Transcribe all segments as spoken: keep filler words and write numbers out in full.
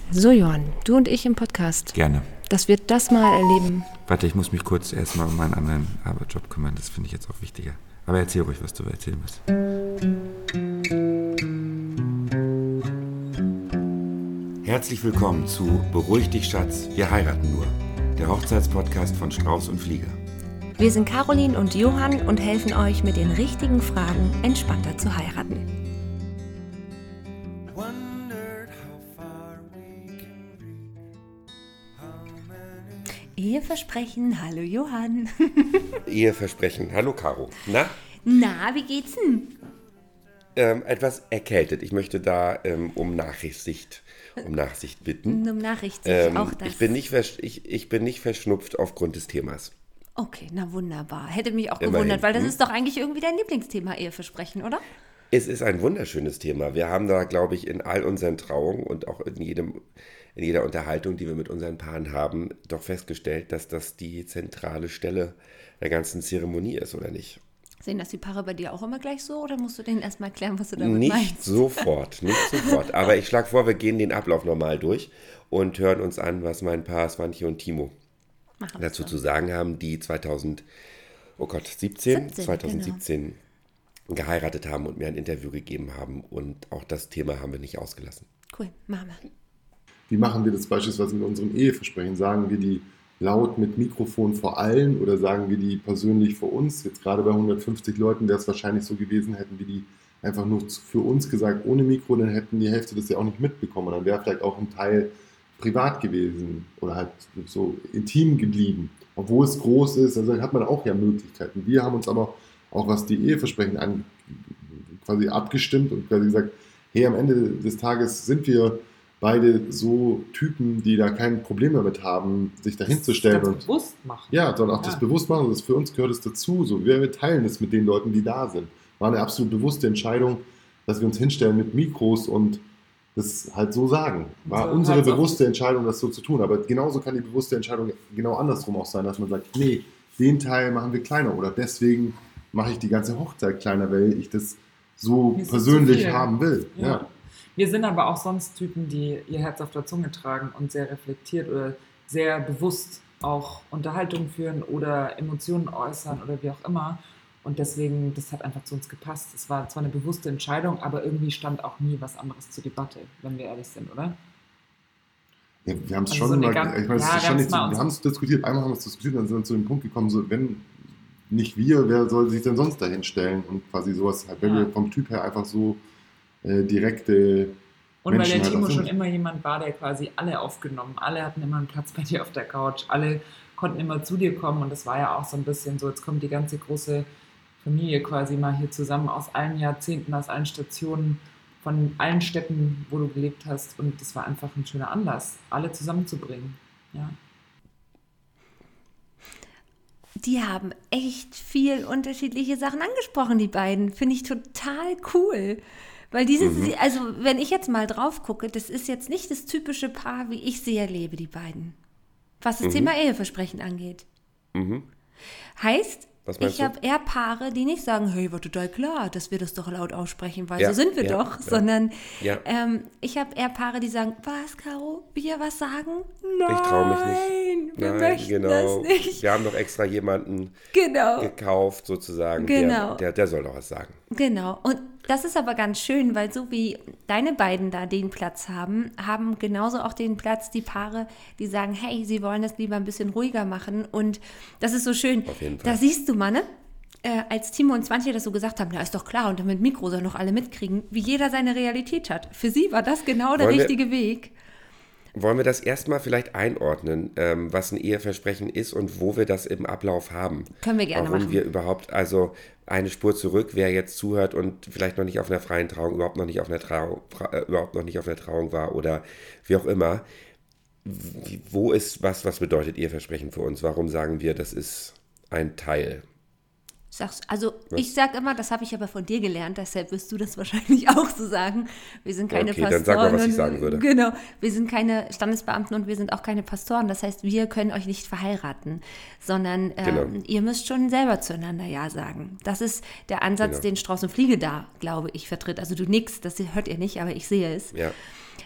So, Johann, du und ich im Podcast. Gerne. Dass wir das mal erleben. Warte, ich muss mich kurz erstmal um meinen anderen Arbeitsjob kümmern. Das finde ich jetzt auch wichtiger. Aber erzähl ruhig, was du erzählen musst. Herzlich willkommen zu Beruhig dich, Schatz, wir heiraten nur. Der Hochzeitspodcast von Strauß und Flieger. Wir sind Caroline und Johann und helfen euch mit den richtigen Fragen entspannter zu heiraten. Eheversprechen, hallo Johann. Eheversprechen, hallo Caro. Na? Na, wie geht's denn? Ähm, etwas erkältet. Ich möchte da ähm, um Nachsicht, um Nachsicht bitten. Um Nachricht, ähm, auch das. Ich bin, nicht vers- ich, ich bin nicht verschnupft aufgrund des Themas. Okay, na wunderbar. Hätte mich auch Immerhin. gewundert, weil das Hm? ist doch eigentlich irgendwie dein Lieblingsthema, Eheversprechen, oder? Es ist ein wunderschönes Thema. Wir haben da, glaube ich, in all unseren Trauungen und auch in jedem, in jeder Unterhaltung, die wir mit unseren Paaren haben, doch festgestellt, dass das die zentrale Stelle der ganzen Zeremonie ist, oder nicht? Sehen das die Paare bei dir auch immer gleich so oder musst du denen erstmal erklären, was du damit Nicht meinst? sofort, nicht sofort. Aber ich schlage vor, wir gehen den Ablauf normal durch und hören uns an, was mein Paar Swantje und Timo Machen dazu so. zu sagen haben, die zweitausend, oh Gott, siebzehn, siebzehn, zwanzig siebzehn geheiratet haben und mir ein Interview gegeben haben. Und auch das Thema haben wir nicht ausgelassen. Cool, machen wir. Wie machen wir das beispielsweise mit unserem Eheversprechen? Sagen wir die laut mit Mikrofon vor allen oder sagen wir die persönlich vor uns? Jetzt gerade bei hundertfünfzig Leuten wäre es wahrscheinlich so gewesen, hätten wir die einfach nur für uns gesagt ohne Mikro, dann hätten die Hälfte das ja auch nicht mitbekommen. Und dann wäre vielleicht auch ein Teil privat gewesen oder halt so intim geblieben. Obwohl es groß ist, also hat man auch ja Möglichkeiten. Wir haben uns aber auch was die Eheversprechen an quasi abgestimmt und quasi gesagt, hey, am Ende des Tages sind wir beide so Typen, die da kein Problem damit haben, sich dahin zu stellen. Das und bewusst machen. Ja, sondern auch Ja. das bewusst machen. Das für uns gehört es dazu. So, wir, wir teilen es mit den Leuten, die da sind. War eine absolut bewusste Entscheidung, dass wir uns hinstellen mit Mikros und das halt so sagen. War So, unsere halt so. bewusste Entscheidung, das so zu tun. Aber genauso kann die bewusste Entscheidung genau andersrum auch sein, dass man sagt, nee, den Teil machen wir kleiner oder deswegen mache ich die ganze Hochzeit kleiner, weil ich das so Mir ist es persönlich zu viel. haben will. Ja. Ja. Wir sind aber auch sonst Typen, die ihr Herz auf der Zunge tragen und sehr reflektiert oder sehr bewusst auch Unterhaltung führen oder Emotionen äußern oder wie auch immer. Und deswegen, das hat einfach zu uns gepasst. Es war zwar eine bewusste Entscheidung, aber irgendwie stand auch nie was anderes zur Debatte, wenn wir ehrlich sind, oder? Ja, wir haben es Also schon so eine mal, ganz- ich meine, es ja, ist wir schon haben's nicht so, mal wir uns- haben es diskutiert, einmal haben wir es diskutiert und dann sind wir zu dem Punkt gekommen, so wenn nicht wir, wer soll sich denn sonst dahin stellen und quasi sowas halt, wenn Ja. wir vom Typ her einfach so äh, direkte Und Menschen weil der halt Timo auch schon sind. immer jemand war, der quasi alle aufgenommen, alle hatten immer einen Platz bei dir auf der Couch, alle konnten immer zu dir kommen und das war ja auch so ein bisschen so, jetzt kommt die ganze große Familie quasi mal hier zusammen aus allen Jahrzehnten, aus allen Stationen, von allen Städten, wo du gelebt hast und das war einfach ein schöner Anlass, alle zusammenzubringen. Ja. Die haben echt viel unterschiedliche Sachen angesprochen, die beiden. Finde ich total cool. Weil dieses, Mhm. also wenn ich jetzt mal drauf gucke, das ist jetzt nicht das typische Paar, wie ich sie erlebe, die beiden. Was das Mhm. Thema Eheversprechen angeht. Mhm. Heißt, Was meinst ich du? habe eher Paare, die nicht sagen, hey, war total klar, dass wir das doch laut aussprechen, weil Ja, so sind wir ja, doch, ja. sondern Ja. ähm, ich habe eher Paare, die sagen, was, Caro, wir was sagen? Nein, Ich traue mich nicht. wir Nein, möchten genau. das nicht. Wir haben doch extra jemanden Genau. gekauft, sozusagen. Genau. Der, der, der soll doch was sagen. Genau. Und das ist aber ganz schön, weil so wie deine beiden da den Platz haben, haben genauso auch den Platz die Paare, die sagen, hey, sie wollen das lieber ein bisschen ruhiger machen. Und das ist so schön. Auf jeden Fall. Da siehst du, Manne, äh, als Timo und Swantje das so gesagt haben, ja, ist doch klar, und dann mit Mikro sollen noch alle mitkriegen, wie jeder seine Realität hat. Für sie war das genau der Wollen wir- richtige Weg. Wollen wir das erstmal vielleicht einordnen, ähm, was ein Eheversprechen ist und wo wir das im Ablauf haben? Können wir gerne Warum machen. wir überhaupt, also eine Spur zurück, wer jetzt zuhört und vielleicht noch nicht auf einer freien Trauung, überhaupt noch nicht auf einer Trauung, äh, überhaupt noch nicht auf einer Trauung war oder wie auch immer. Wie, wo ist was, was bedeutet Eheversprechen für uns? Warum sagen wir, das ist ein Teil? Sag's, also ich sag immer, das habe ich aber von dir gelernt, deshalb wirst du das wahrscheinlich auch so sagen. Wir sind keine Okay, Pastoren. dann sag mal, was ich und- sagen würde. Genau, wir sind keine Standesbeamten und wir sind auch keine Pastoren. Das heißt, wir können euch nicht verheiraten, sondern ähm, Genau. ihr müsst schon selber zueinander Ja sagen. Das ist der Ansatz, Genau. den Strauß und Fliege da, glaube ich, vertritt. Also du nix, das hört ihr nicht, aber ich sehe es. Ja.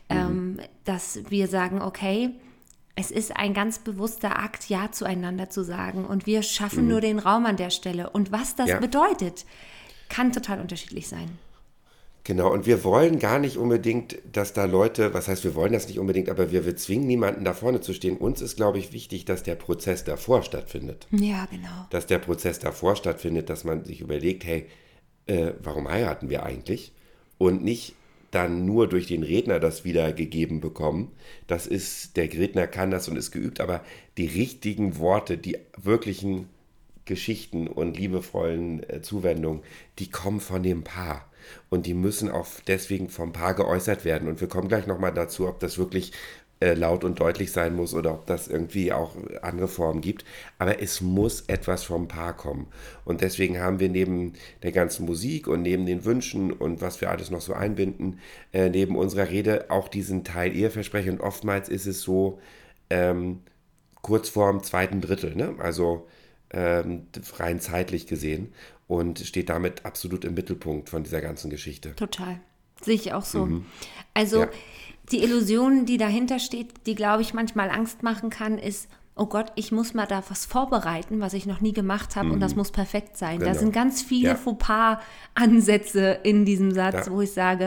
ähm, dass wir sagen, okay, es ist ein ganz bewusster Akt, Ja zueinander zu sagen und wir schaffen mhm. nur den Raum an der Stelle. Und was das ja. bedeutet, kann total unterschiedlich sein. Genau, und wir wollen gar nicht unbedingt, dass da Leute, was heißt, wir wollen das nicht unbedingt, aber wir, wir zwingen niemanden da vorne zu stehen. Uns ist, glaube ich, wichtig, dass der Prozess davor stattfindet. Ja, genau. Dass der Prozess davor stattfindet, dass man sich überlegt, hey, äh, warum heiraten wir eigentlich? Und nicht dann nur durch den Redner das wieder gegeben bekommen. Das ist, der Redner kann das und ist geübt, aber die richtigen Worte, die wirklichen Geschichten und liebevollen äh, Zuwendungen, die kommen von dem Paar. Und die müssen auch deswegen vom Paar geäußert werden. Und wir kommen gleich nochmal dazu, ob das wirklich äh, laut und deutlich sein muss oder ob das irgendwie auch andere Formen gibt. Aber es muss etwas vom Paar kommen. Und deswegen haben wir neben der ganzen Musik und neben den Wünschen und was wir alles noch so einbinden, äh, neben unserer Rede auch diesen Teil Eheversprechen. Und oftmals ist es so ähm, kurz vorm zweiten Drittel, ne? Also ähm, rein zeitlich gesehen. Und steht damit absolut im Mittelpunkt von dieser ganzen Geschichte. Total. Sehe ich auch so. Mhm. Also Ja. die Illusion, die dahinter steht, die, glaube ich, manchmal Angst machen kann, ist, oh Gott, ich muss mal da was vorbereiten, was ich noch nie gemacht habe und das muss perfekt sein. Da Genau. sind ganz viele Ja. Fauxpas-Ansätze in diesem Satz, Ja. wo ich sage,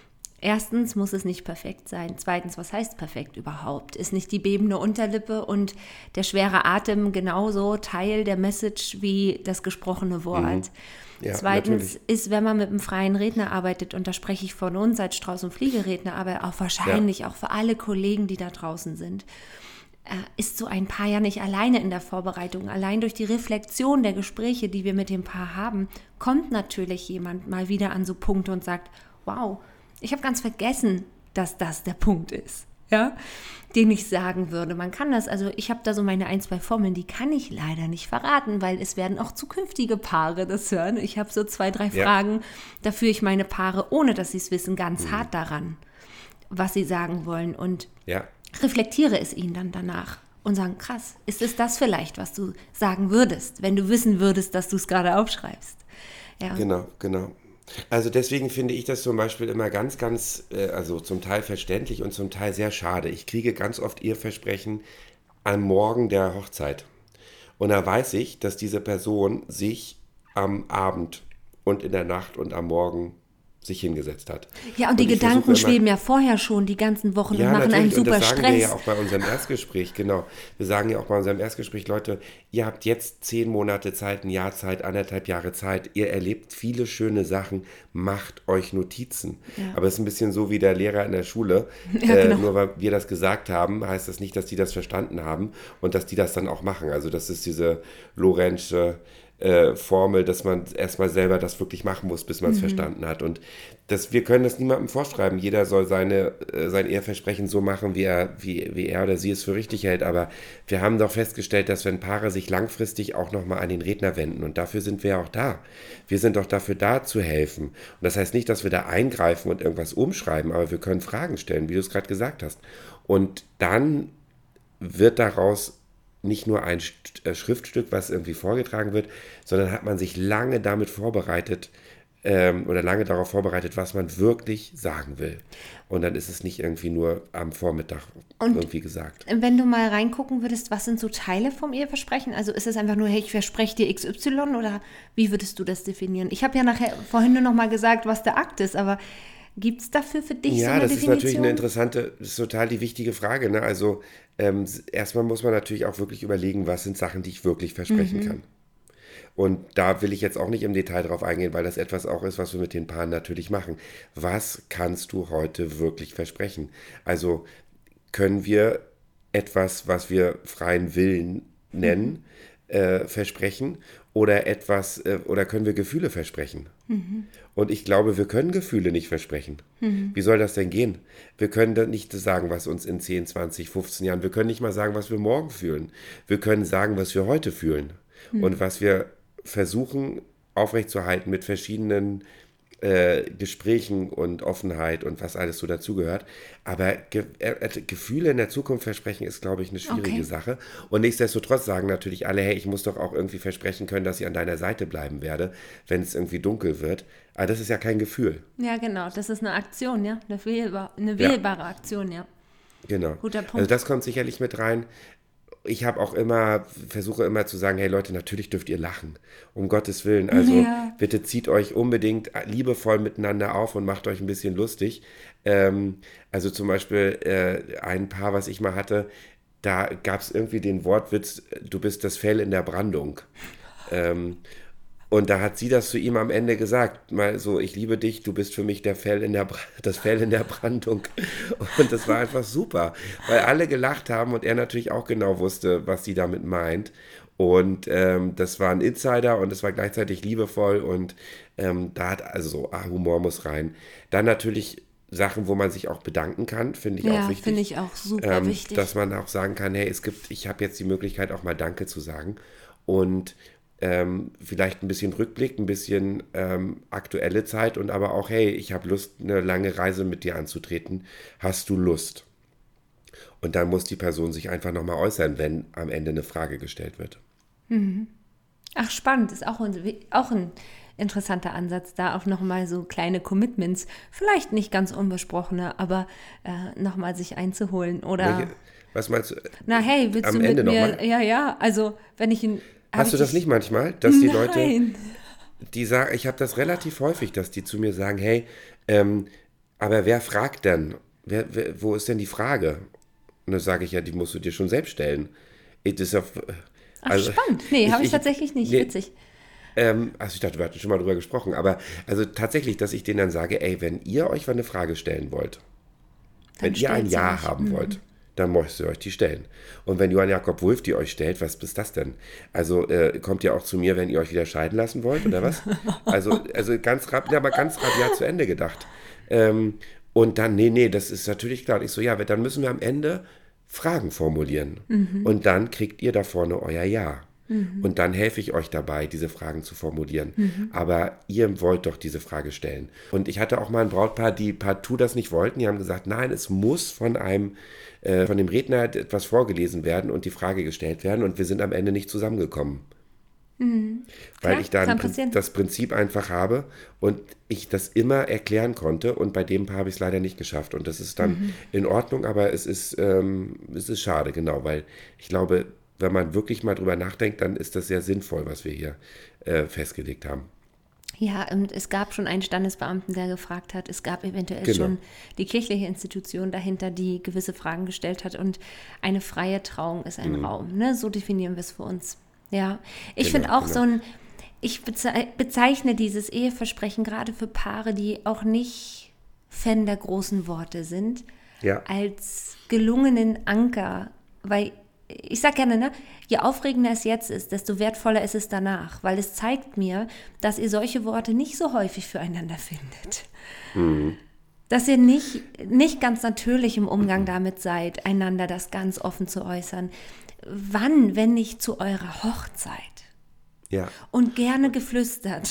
erstens muss es nicht perfekt sein. Zweitens, was heißt perfekt überhaupt? Ist nicht die bebende Unterlippe und der schwere Atem genauso Teil der Message wie das gesprochene Wort? Ja, Zweitens natürlich. ist, wenn man mit einem freien Redner arbeitet, und da spreche ich von uns als Strauß- und Fliegeredner, aber auch wahrscheinlich ja. auch für alle Kollegen, die da draußen sind, äh, ist so ein Paar ja nicht alleine in der Vorbereitung. Allein durch die Reflexion der Gespräche, die wir mit dem Paar haben, kommt natürlich jemand mal wieder an so Punkte und sagt, wow, ich habe ganz vergessen, dass das der Punkt ist, ja, den ich sagen würde. Man kann das, also ich habe da so meine ein, zwei Formeln, die kann ich leider nicht verraten, weil es werden auch zukünftige Paare das hören. Ich habe so zwei, drei Ja. Fragen, da führe ich meine Paare, ohne dass sie es wissen, ganz mhm. hart daran, was sie sagen wollen und Ja. reflektiere es ihnen dann danach und sagen, krass, ist es das vielleicht, was du sagen würdest, wenn du wissen würdest, dass du es gerade aufschreibst. Ja. Genau, genau. Also deswegen finde ich das zum Beispiel immer ganz, ganz, äh, also zum Teil verständlich und zum Teil sehr schade. Ich kriege ganz oft Eheversprechen am Morgen der Hochzeit. Und da weiß ich, dass diese Person sich am Abend und in der Nacht und am Morgen sich hingesetzt hat. Ja, und die ich Gedanken versuche immer- schweben ja vorher schon die ganzen Wochen Ja, und machen einen natürlich. Und super das sagen Stress. wir ja auch bei unserem Erstgespräch, genau. Wir sagen ja auch bei unserem Erstgespräch, Leute, ihr habt jetzt zehn Monate Zeit, ein Jahr Zeit, anderthalb Jahre Zeit. Ihr erlebt viele schöne Sachen. Macht euch Notizen. Ja. Aber es ist ein bisschen so wie der Lehrer in der Schule. Ja, äh, genau. Nur weil wir das gesagt haben, heißt das nicht, dass die das verstanden haben und dass die das dann auch machen. Also das ist diese Lorenzsche äh, Formel, dass man erstmal selber das wirklich machen muss, bis man es Mhm. verstanden hat. Und das, wir können das niemandem vorschreiben. Jeder soll seine, äh, sein Eheversprechen so machen, wie er, wie, wie er oder sie es für richtig hält. Aber wir haben doch festgestellt, dass wenn Paare sich langfristig auch nochmal an den Redner wenden, und dafür sind wir ja auch da. Wir sind doch dafür da, zu helfen. Und das heißt nicht, dass wir da eingreifen und irgendwas umschreiben, aber wir können Fragen stellen, wie du es gerade gesagt hast. Und dann wird daraus nicht nur ein St- äh, Schriftstück, was irgendwie vorgetragen wird, sondern hat man sich lange damit vorbereitet ähm, oder lange darauf vorbereitet, was man wirklich sagen will. Und dann ist es nicht irgendwie nur am Vormittag Und irgendwie gesagt. Wenn du mal reingucken würdest, was sind so Teile vom Eheversprechen? Also ist es einfach nur, hey, ich verspreche dir X Y oder wie würdest du das definieren? Ich habe ja nachher vorhin nur noch mal gesagt, was der Akt ist, aber gibt es dafür für dich so Ja, eine das ist Definition? natürlich eine interessante, das ist total die wichtige Frage. Ne? Also ähm, s- erstmal muss man natürlich auch wirklich überlegen, was sind Sachen, die ich wirklich versprechen kann. Und da will ich jetzt auch nicht im Detail drauf eingehen, weil das etwas auch ist, was wir mit den Paaren natürlich machen. Was kannst du heute wirklich versprechen? Also können wir etwas, was wir freien Willen nennen, äh, versprechen oder etwas, äh, oder können wir Gefühle versprechen? Und ich glaube, wir können Gefühle nicht versprechen. Wie soll das denn gehen? Wir können dann nicht sagen, was uns in zehn, zwanzig, fünfzehn Jahren, wir können nicht mal sagen, was wir morgen fühlen. Wir können sagen, was wir heute fühlen und was wir versuchen aufrechtzuerhalten mit verschiedenen äh, Gesprächen und Offenheit und was alles so dazugehört. Aber Ge äh, Gefühle in der Zukunft versprechen ist, glaube ich, eine schwierige Okay. Sache. Und nichtsdestotrotz sagen natürlich alle, hey, ich muss doch auch irgendwie versprechen können, dass ich an deiner Seite bleiben werde, wenn es irgendwie dunkel wird. Aber das ist ja kein Gefühl. Ja, genau. Das ist eine Aktion, ja. Eine, wählbar, eine Ja. wählbare Aktion, ja. Genau. Guter Punkt. Also das kommt sicherlich mit rein. Ich habe auch immer, versuche immer zu sagen, hey Leute, natürlich dürft ihr lachen. Um Gottes Willen. Also Ja. bitte zieht euch unbedingt liebevoll miteinander auf und macht euch ein bisschen lustig. Ähm, also zum Beispiel äh, ein Paar, was ich mal hatte, da gab es irgendwie den Wortwitz, du bist das Fell in der Brandung. Ähm, und da hat sie das zu ihm am Ende gesagt, mal so, ich liebe dich, du bist für mich der Fell in der Bra- das Fell in der Brandung. Und das war einfach super, weil alle gelacht haben und er natürlich auch genau wusste, was sie damit meint. Und ähm, das war ein Insider und es war gleichzeitig liebevoll und ähm, da hat also so, ah, Humor muss rein. Dann natürlich Sachen, wo man sich auch bedanken kann, finde ich auch Ja, wichtig. finde ich auch super ähm, wichtig. Dass man auch sagen kann, hey, es gibt, ich habe jetzt die Möglichkeit auch mal Danke zu sagen und ähm, vielleicht ein bisschen Rückblick, ein bisschen ähm, aktuelle Zeit und aber auch, hey, ich habe Lust, eine lange Reise mit dir anzutreten. Hast du Lust? Und dann muss die Person sich einfach nochmal äußern, wenn am Ende eine Frage gestellt wird. Ach, spannend. Ist auch ein, auch ein interessanter Ansatz, da auch nochmal so kleine Commitments, vielleicht nicht ganz unbesprochene, aber äh, nochmal sich einzuholen. Oder, Welche, was meinst du? na hey, willst am du mit Ende mir, noch mal? ja, ja, also wenn ich ihn... hab Hast ich du das dich- nicht manchmal, dass die Leute, Nein. die sagen, ich habe das relativ häufig, dass die zu mir sagen, hey, ähm, aber wer fragt denn? Wer, wer, wo ist denn die Frage? Und dann sage ich ja, die musst du dir schon selbst stellen. Das ist ja, Ach, spannend. Nee, habe ich, ich- tatsächlich nicht. nee, Witzig. Ähm, also ich dachte, wir hatten schon mal drüber gesprochen, aber also tatsächlich, dass ich denen dann sage, ey, wenn ihr euch mal eine Frage stellen wollt, wenn ihr ein stellt sie Ja euch. haben wollt, dann müsst ihr euch die stellen. Und wenn Johann Jakob Wulff die euch stellt, was ist das denn? Also äh, kommt ihr auch zu mir, wenn ihr euch wieder scheiden lassen wollt, oder was? Also, also ganz rabiat, aber ganz rabiat zu Ende gedacht. Ähm, und dann, nee, nee, das ist natürlich klar. Und ich so, ja, dann müssen wir am Ende Fragen formulieren. Und dann kriegt ihr da vorne euer Ja. Und dann helfe ich euch dabei, diese Fragen zu formulieren. Aber ihr wollt doch diese Frage stellen. Und ich hatte auch mal ein Brautpaar, die partout das nicht wollten. Die haben gesagt, nein, es muss von einem, äh, von dem Redner etwas vorgelesen werden und die Frage gestellt werden. Und wir sind am Ende nicht zusammengekommen. Weil Klar, ich da kann ein Prin- passieren. das Prinzip einfach habe und ich das immer erklären konnte und bei dem Paar habe ich es leider nicht geschafft und das ist dann Mhm. in Ordnung, aber es ist, ähm, es ist schade, genau, weil ich glaube, wenn man wirklich mal drüber nachdenkt, dann ist das sehr sinnvoll, was wir hier äh, festgelegt haben. Ja, und es gab schon einen Standesbeamten, der gefragt hat. Es gab eventuell Genau. schon die kirchliche Institution dahinter, die gewisse Fragen gestellt hat. Und eine freie Trauung ist ein Raum. Ne? So definieren wir es für uns. Ja, ich Genau, finde auch genau. so ein, ich bezei- bezeichne dieses Eheversprechen gerade für Paare, die auch nicht Fan der großen Worte sind, Ja. als gelungenen Anker. Weil ich sage gerne, ne, je aufregender es jetzt ist, desto wertvoller ist es danach, weil es zeigt mir, dass ihr solche Worte nicht so häufig füreinander findet. Dass ihr nicht, nicht ganz natürlich im Umgang damit seid, einander das ganz offen zu äußern. Wann, wenn nicht zu eurer Hochzeit? Ja. Und gerne geflüstert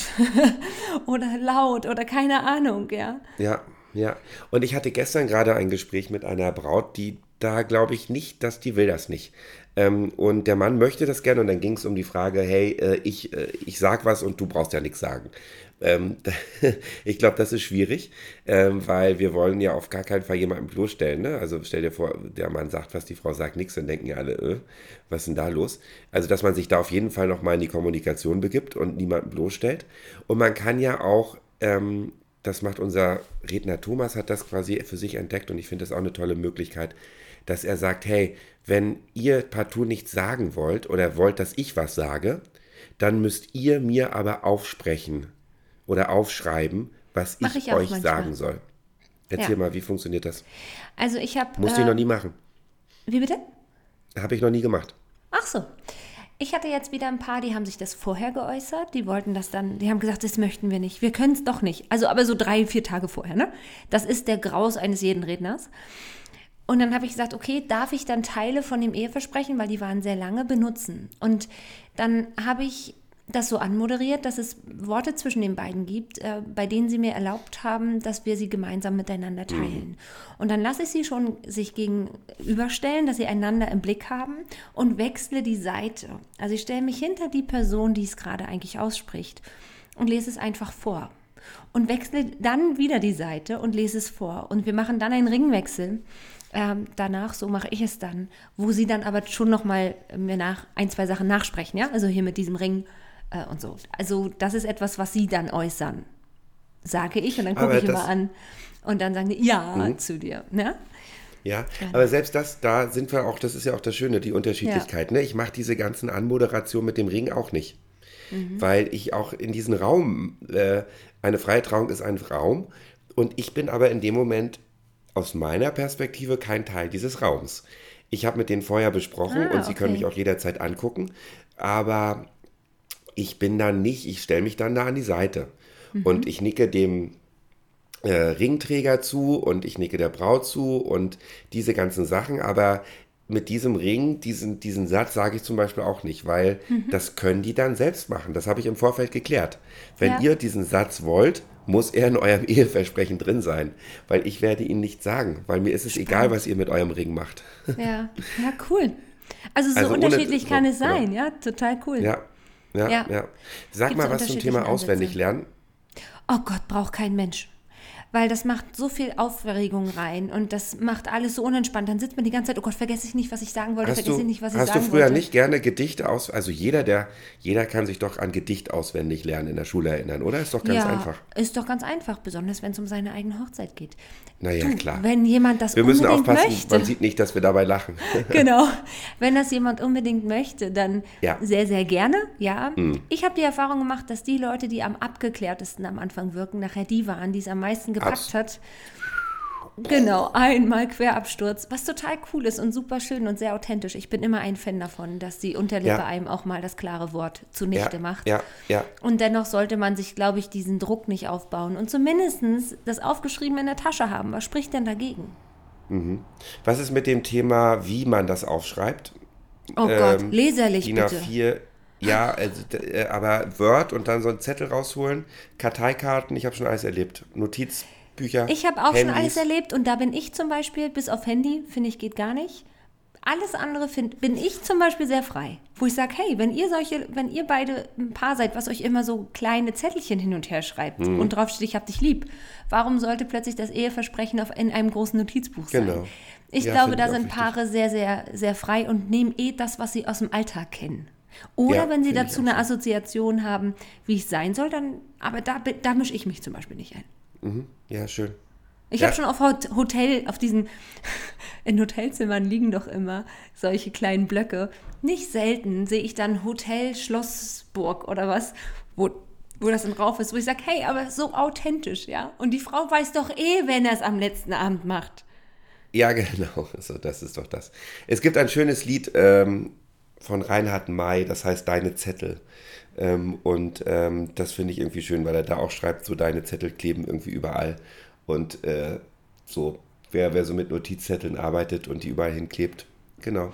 oder laut oder keine Ahnung, ja. Ja, ja. Und ich hatte gestern gerade ein Gespräch mit einer Braut, die da glaube ich nicht, dass die will das nicht. Ähm, und der Mann möchte das gerne und dann ging es um die Frage, hey, äh, ich, äh, ich sag was und du brauchst ja nichts sagen. Ähm, ich glaube, das ist schwierig, ähm, weil wir wollen ja auf gar keinen Fall jemanden bloßstellen. Ne? Also stell dir vor, der Mann sagt was, die Frau sagt nichts, dann denken ja alle, äh, was ist denn da los? Also dass man sich da auf jeden Fall nochmal in die Kommunikation begibt und niemanden bloßstellt. Und man kann ja auch, ähm, das macht unser Redner Thomas, hat das quasi für sich entdeckt und ich finde das auch eine tolle Möglichkeit, dass er sagt, hey, wenn ihr partout nichts sagen wollt oder wollt, dass ich was sage, dann müsst ihr mir aber aufsprechen oder aufschreiben, was Mach ich, ich auch euch manchmal. sagen soll. Erzähl Ja. mal, wie funktioniert das? Also ich habe... Musste ich noch nie machen. Wie bitte? Habe ich noch nie gemacht. Ach so. Ich hatte jetzt wieder ein paar, die haben sich das vorher geäußert. Die wollten das dann, die haben gesagt, das möchten wir nicht. Wir können es doch nicht. Also aber so drei, vier Tage vorher, ne? Das ist der Graus eines jeden Redners. Und dann habe ich gesagt, okay, darf ich dann Teile von dem Eheversprechen, weil die waren sehr lange, benutzen? Und dann habe ich das so anmoderiert, dass es Worte zwischen den beiden gibt, äh, bei denen sie mir erlaubt haben, dass wir sie gemeinsam miteinander teilen. Mhm. Und dann lasse ich sie schon sich gegenüberstellen, dass sie einander im Blick haben und wechsle die Seite. Also ich stelle mich hinter die Person, die es gerade eigentlich ausspricht und lese es einfach vor. Und wechsle dann wieder die Seite und lese es vor. Und wir machen dann einen Ringwechsel. Ähm, danach, so mache ich es dann, wo sie dann aber schon nochmal mir nach ein, zwei Sachen nachsprechen, ja, also hier mit diesem Ring äh, und so. Also das ist etwas, was sie dann äußern, sage ich, und dann gucke ich immer an und dann sagen die ja mhm. zu dir, ne? Ja, aber selbst das, da sind wir auch, das ist ja auch das Schöne, die Unterschiedlichkeit, ja. ne? Ich mache diese ganzen Anmoderationen mit dem Ring auch nicht, mhm. weil ich auch in diesen Raum, äh, eine freie Trauung ist ein Raum und ich bin aber in dem Moment aus meiner Perspektive kein Teil dieses Raums. Ich habe mit denen vorher besprochen ah, und sie okay. können mich auch jederzeit angucken, aber ich bin dann nicht, ich stelle mich dann da an die Seite mhm. und ich nicke dem äh, Ringträger zu und ich nicke der Braut zu und diese ganzen Sachen, aber mit diesem Ring, diesen, diesen Satz sage ich zum Beispiel auch nicht, weil mhm. das können die dann selbst machen. Das habe ich im Vorfeld geklärt. Wenn ja. ihr diesen Satz wollt, muss er in eurem Eheversprechen drin sein, weil ich werde ihn nicht sagen, weil mir ist es Spannend. egal, was ihr mit eurem Ring macht. Ja, ja, cool. Also so also unterschiedlich ohne, kann so, es sein, genau. ja, total cool. Ja, ja, ja. ja. Sag Gibt's mal was zum Thema Ansätze? Auswendig lernen. Oh Gott, braucht kein Mensch. Weil das macht so viel Aufregung rein und das macht alles so unentspannt. Dann sitzt man die ganze Zeit, oh Gott, vergesse ich nicht, was ich sagen wollte, hast vergesse du, ich nicht, was ich sagen wollte. Hast du früher wollte. nicht gerne Gedichte aus, also jeder, der, jeder kann sich doch an Gedicht auswendig lernen in der Schule erinnern, oder? Ist doch ganz ja, einfach. Ist doch ganz einfach, besonders wenn es um seine eigene Hochzeit geht. Naja, du, klar. Wenn jemand das wir unbedingt müssen aufpassen, möchte, man sieht nicht, dass wir dabei lachen. Genau. Wenn das jemand unbedingt möchte, dann ja. sehr, sehr gerne, ja. Mhm. Ich habe die Erfahrung gemacht, dass die Leute, die am abgeklärtesten am Anfang wirken, nachher die waren, die es am meisten gepackt Abs- hat. Genau, einmal Querabsturz, was total cool ist und super schön und sehr authentisch. Ich bin immer ein Fan davon, dass die Unterlippe ja. einem auch mal das klare Wort zunichte ja, macht. Ja, ja. Und dennoch sollte man sich, glaube ich, diesen Druck nicht aufbauen und zumindest das Aufgeschriebene in der Tasche haben. Was spricht denn dagegen? Mhm. Was ist mit dem Thema, wie man das aufschreibt? Oh ähm, Gott, leserlich D I N A bitte. vier, ja, also, äh, aber Word und dann so einen Zettel rausholen, Karteikarten, ich habe schon alles erlebt. Notiz Bücher, ich habe auch Handys. schon alles erlebt und da bin ich zum Beispiel, bis auf Handy, finde ich, geht gar nicht. Alles andere find, bin ich zum Beispiel sehr frei. Wo ich sage, hey, wenn ihr solche, wenn ihr beide ein Paar seid, was euch immer so kleine Zettelchen hin und her schreibt mhm. und drauf steht, ich hab dich lieb, warum sollte plötzlich das Eheversprechen auf, in einem großen Notizbuch sein? Genau. Ich ja, glaube, da ich sind wichtig. Paare sehr, sehr, sehr frei und nehmen eh das, was sie aus dem Alltag kennen. Oder ja, wenn sie dazu eine Assoziation haben, wie ich sein soll, dann, aber da, da mische ich mich zum Beispiel nicht ein. Mhm. Ja, schön. Ich ja. habe schon auf Hotel, auf diesen, in Hotelzimmern liegen doch immer solche kleinen Blöcke. Nicht selten sehe ich dann Hotel Schlossburg oder was, wo, wo das dann drauf ist, wo ich sage, hey, aber so authentisch, ja. Und die Frau weiß doch eh, wenn er es am letzten Abend macht. Ja, genau, also das ist doch das. Es gibt ein schönes Lied ähm, von Reinhard May, das heißt Deine Zettel. Ähm, und ähm, das finde ich irgendwie schön, weil er da auch schreibt, so deine Zettel kleben irgendwie überall. Und äh, so, wer, wer so mit Notizzetteln arbeitet und die überall hinklebt, genau.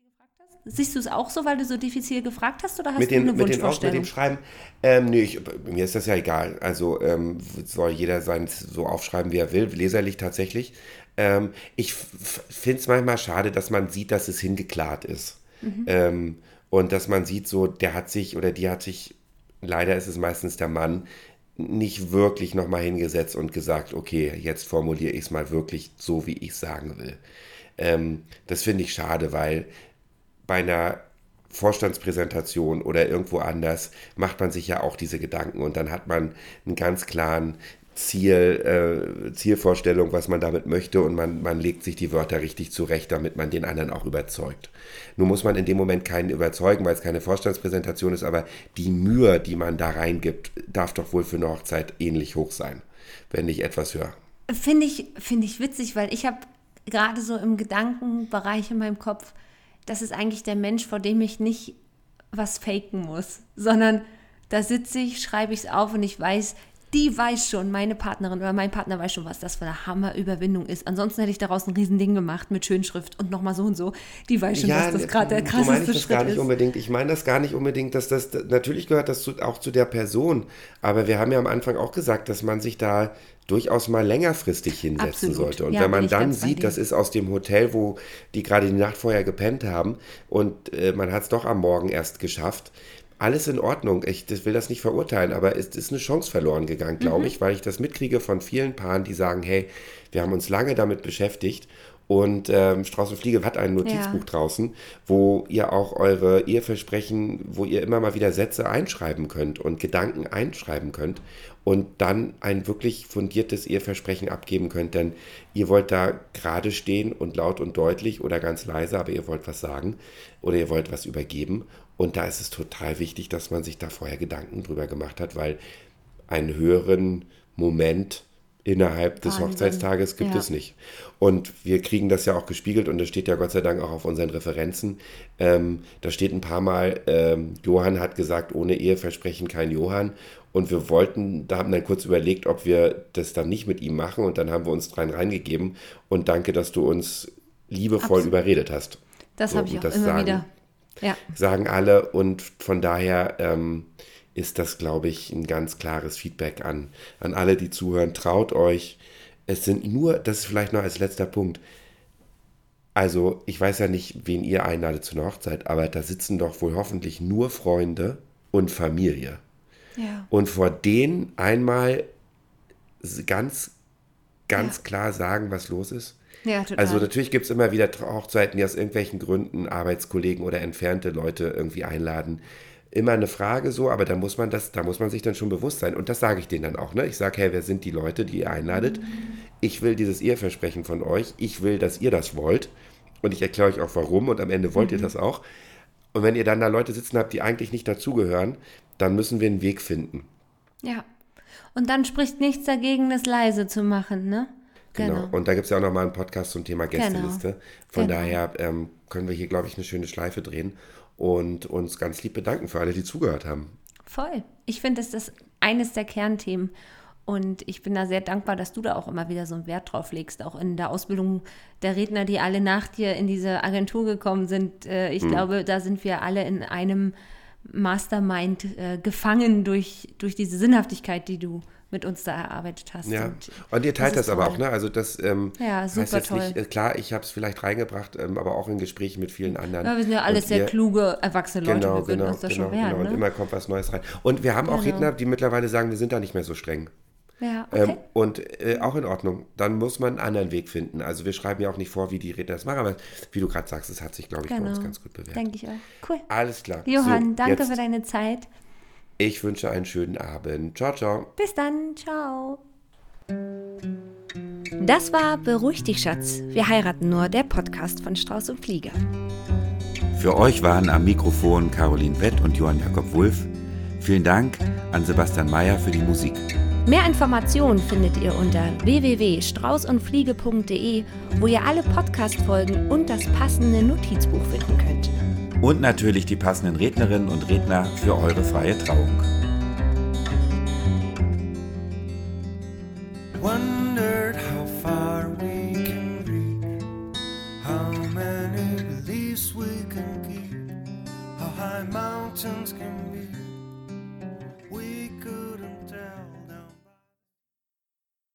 Siehst du es auch so, weil du so diffizil gefragt hast, oder hast mit du den, eine mit den Wunschvorstellung? Mit dem Schreiben, ähm, nee, ich, mir ist das ja egal. Also ähm, soll jeder sein so aufschreiben, wie er will, leserlich tatsächlich. Ähm, ich f- finde es manchmal schade, dass man sieht, dass es hingeklart ist. Mhm. Ähm, und dass man sieht, so, der hat sich oder die hat sich, leider ist es meistens der Mann, nicht wirklich nochmal hingesetzt und gesagt, okay, jetzt formuliere ich es mal wirklich so, wie ich es sagen will. Ähm, das finde ich schade, weil bei einer Vorstandspräsentation oder irgendwo anders macht man sich ja auch diese Gedanken und dann hat man einen ganz klaren Ziel, äh, Zielvorstellung, was man damit möchte und man, man legt sich die Wörter richtig zurecht, damit man den anderen auch überzeugt. Nun muss man in dem Moment keinen überzeugen, weil es keine Vorstandspräsentation ist, aber die Mühe, die man da reingibt, darf doch wohl für eine Hochzeit ähnlich hoch sein, wenn ich etwas höre. Finde ich, finde ich witzig, weil ich habe gerade so im Gedankenbereich in meinem Kopf, das ist eigentlich der Mensch, vor dem ich nicht was faken muss, sondern da sitze ich, schreibe ich es auf und ich weiß, die weiß schon, meine Partnerin oder mein Partner weiß schon, was das für eine Hammerüberwindung ist. Ansonsten hätte ich daraus ein Riesending gemacht mit Schönschrift und nochmal so und so. Die weiß schon, Ja, dass das gerade der so meine krasseste ich das Schritt gar nicht ist. unbedingt. Ich meine das gar nicht unbedingt, dass das, natürlich gehört das zu, auch zu der Person, aber wir haben ja am Anfang auch gesagt, dass man sich da durchaus mal längerfristig hinsetzen Absolut. sollte. Und Ja, wenn bin man ich dann ganz bei sieht, dir. das ist aus dem Hotel, wo die gerade die Nacht vorher gepennt haben und äh, man hat es doch am Morgen erst geschafft, alles in Ordnung. Ich das will das nicht verurteilen, aber es ist eine Chance verloren gegangen, glaube Mhm. ich, weil ich das mitkriege von vielen Paaren, die sagen, hey, wir haben uns lange damit beschäftigt und ähm, Strauß und Fliege hat ein Notizbuch Ja. draußen, wo ihr auch eure Eheversprechen, wo ihr immer mal wieder Sätze einschreiben könnt und Gedanken einschreiben könnt und dann ein wirklich fundiertes Eheversprechen abgeben könnt, denn ihr wollt da gerade stehen und laut und deutlich oder ganz leise, aber ihr wollt was sagen oder ihr wollt was übergeben. Und da ist es total wichtig, dass man sich da vorher Gedanken drüber gemacht hat, weil einen höheren Moment innerhalb des Wahnsinn. Hochzeitstages gibt Ja. es nicht. Und wir kriegen das ja auch gespiegelt und das steht ja Gott sei Dank auch auf unseren Referenzen. Ähm, da steht ein paar Mal, ähm, Johann hat gesagt, ohne Eheversprechen kein Johann. Und wir wollten, da haben dann kurz überlegt, ob wir das dann nicht mit ihm machen und dann haben wir uns rein reingegeben. Und danke, dass du uns liebevoll Absolut. überredet hast. Das So, habe ich und auch das immer sagen- wieder. Ja. sagen alle und von daher ähm, ist das, glaube ich, ein ganz klares Feedback an, an alle, die zuhören. Traut euch. Es sind nur, das ist vielleicht noch als letzter Punkt, also ich weiß ja nicht, wen ihr einladet zu einer Hochzeit, aber da sitzen doch wohl hoffentlich nur Freunde und Familie. Ja. Und vor denen einmal ganz, ganz Ja. klar sagen, was los ist. Ja, total. Also natürlich gibt es immer wieder Hochzeiten, die aus irgendwelchen Gründen Arbeitskollegen oder entfernte Leute irgendwie einladen. Immer eine Frage so, aber da muss man das, da muss man sich dann schon bewusst sein. Und das sage ich denen dann auch. Ne? Ich sage, hey, wer sind die Leute, die ihr einladet? Ich will dieses Eheversprechen von euch. Ich will, dass ihr das wollt. Und ich erkläre euch auch warum. Und am Ende wollt ihr das auch. Und wenn ihr dann da Leute sitzen habt, die eigentlich nicht dazugehören, dann müssen wir einen Weg finden. Ja. Und dann spricht nichts dagegen, das leise zu machen, ne? Genau. Und da gibt es ja auch nochmal einen Podcast zum Thema Gästeliste. Von Genau. daher ähm, können wir hier, glaube ich, eine schöne Schleife drehen und uns ganz lieb bedanken für alle, die zugehört haben. Voll. Ich finde, das ist eines der Kernthemen. Und ich bin da sehr dankbar, dass du da auch immer wieder so einen Wert drauf legst, auch in der Ausbildung der Redner, die alle nach dir in diese Agentur gekommen sind. Äh, Ich glaube, da sind wir alle in einem Mastermind äh, gefangen durch, durch diese Sinnhaftigkeit, die du mit uns da erarbeitet hast. Ja, Und und ihr teilt das das, ist aber toll. auch, ne? Also das ähm, Ja, heißt super jetzt nicht, toll. äh, klar, ich habe es vielleicht reingebracht, ähm, aber auch in Gesprächen mit vielen anderen. Ja, wir sind ja alles Und sehr ihr- kluge, erwachsene Leute. Genau, wir würden genau, uns das genau, schon wehren, genau. Und ne? immer kommt was Neues rein. Und wir haben auch Genau. Redner, die mittlerweile sagen, wir sind da nicht mehr so streng. Ja, okay. Ähm, und äh, auch in Ordnung. Dann muss man einen anderen Weg finden. Also wir schreiben ja auch nicht vor, wie die Redner das machen, aber wie du gerade sagst, es hat sich, glaube ich, bei uns Genau. ganz gut bewährt. Denke ich auch. Cool. Alles klar. Johann, so, danke jetzt, für deine Zeit. Ich wünsche einen schönen Abend. Ciao, ciao. Bis dann. Ciao. Das war Beruhig dich, Schatz. Wir heiraten nur, der Podcast von Strauß und Flieger. Für euch waren am Mikrofon Caroline Wett und Johann Jakob Wulff. Vielen Dank an Sebastian Mayer für die Musik. Mehr Informationen findet ihr unter w w w punkt strauß und fliege punkt d e, wo ihr alle Podcast-Folgen und das passende Notizbuch finden könnt. Und natürlich die passenden Rednerinnen und Redner für eure freie Trauung. Wondered how far we can reach, how many beliefs we can keep, how high mountains can be. We could